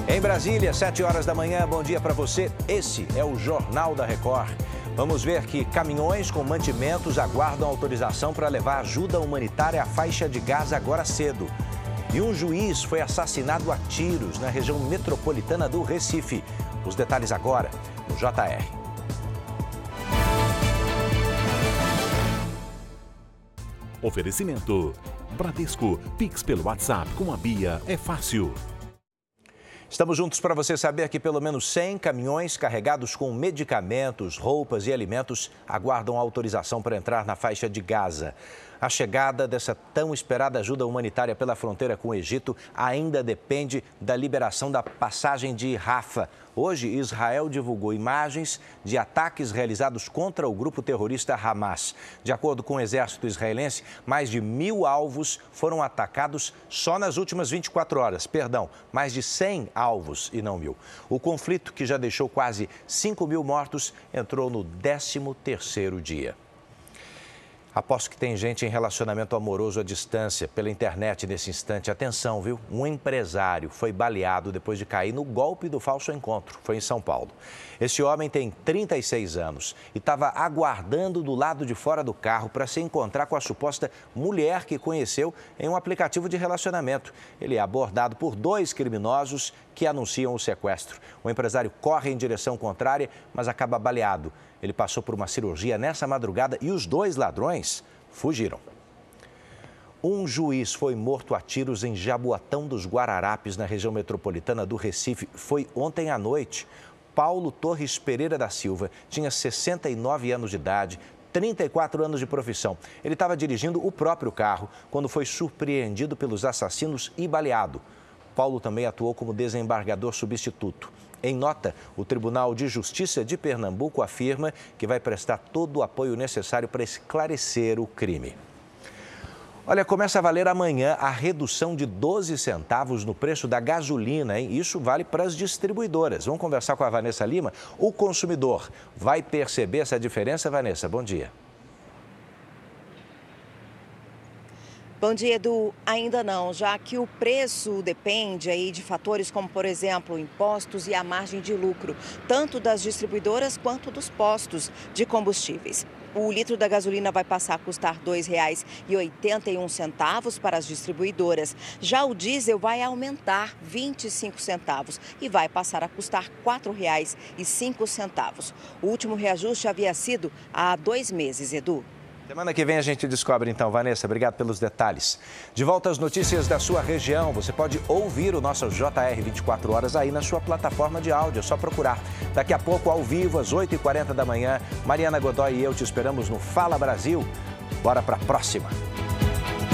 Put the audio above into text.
Em Brasília, 7 horas da manhã, bom dia para você. Esse é o Jornal da Record. Vamos ver que caminhões com mantimentos aguardam autorização para levar ajuda humanitária à faixa de Gaza agora cedo. E um juiz foi assassinado a tiros na região metropolitana do Recife. Os detalhes agora no JR. Oferecimento: Bradesco, Pix pelo WhatsApp com a Bia é fácil. Estamos juntos para você saber que pelo menos 100 caminhões carregados com medicamentos, roupas e alimentos aguardam autorização para entrar na faixa de Gaza. A chegada dessa tão esperada ajuda humanitária pela fronteira com o Egito ainda depende da liberação da passagem de Rafah. Hoje, Israel divulgou imagens de ataques realizados contra o grupo terrorista Hamas. De acordo com o exército israelense, mais de 1.000 alvos foram atacados só nas últimas 24 horas. Mais de 100 alvos e não 1.000. O conflito, que já deixou quase 5.000 mortos, entrou no 13º dia. Aposto que tem gente em relacionamento amoroso à distância, pela internet nesse instante. Atenção, viu? Um empresário foi baleado depois de cair no golpe do falso encontro. Foi em São Paulo. Esse homem tem 36 anos e estava aguardando do lado de fora do carro para se encontrar com a suposta mulher que conheceu em um aplicativo de relacionamento. Ele é abordado por 2 criminosos que anunciam o sequestro. O empresário corre em direção contrária, mas acaba baleado. Ele passou por uma cirurgia nessa madrugada e os 2 ladrões fugiram. Um juiz foi morto a tiros em Jaboatão dos Guararapes, na região metropolitana do Recife. Foi ontem à noite. Paulo Torres Pereira da Silva tinha 69 anos de idade, 34 anos de profissão. Ele estava dirigindo o próprio carro quando foi surpreendido pelos assassinos e baleado. Paulo também atuou como desembargador substituto. Em nota, o Tribunal de Justiça de Pernambuco afirma que vai prestar todo o apoio necessário para esclarecer o crime. Olha, começa a valer amanhã a redução de 12 centavos no preço da gasolina, hein? Isso vale para as distribuidoras. Vamos conversar com a Vanessa Lima. O consumidor vai perceber essa diferença, Vanessa? Bom dia. Bom dia, Edu. Ainda não, já que o preço depende aí de fatores como, por exemplo, impostos e a margem de lucro, tanto das distribuidoras quanto dos postos de combustíveis. O litro da gasolina vai passar a custar R$ 2,81 para as distribuidoras. Já o diesel vai aumentar 25 centavos e vai passar a custar R$ 4,05. O último reajuste havia sido há 2 meses, Edu. Semana que vem a gente descobre então, Vanessa. Obrigado pelos detalhes. De volta às notícias da sua região, você pode ouvir o nosso JR 24 horas aí na sua plataforma de áudio, é só procurar. Daqui a pouco, ao vivo, às 8h40 da manhã, Mariana Godoy e eu te esperamos no Fala Brasil. Bora para a próxima.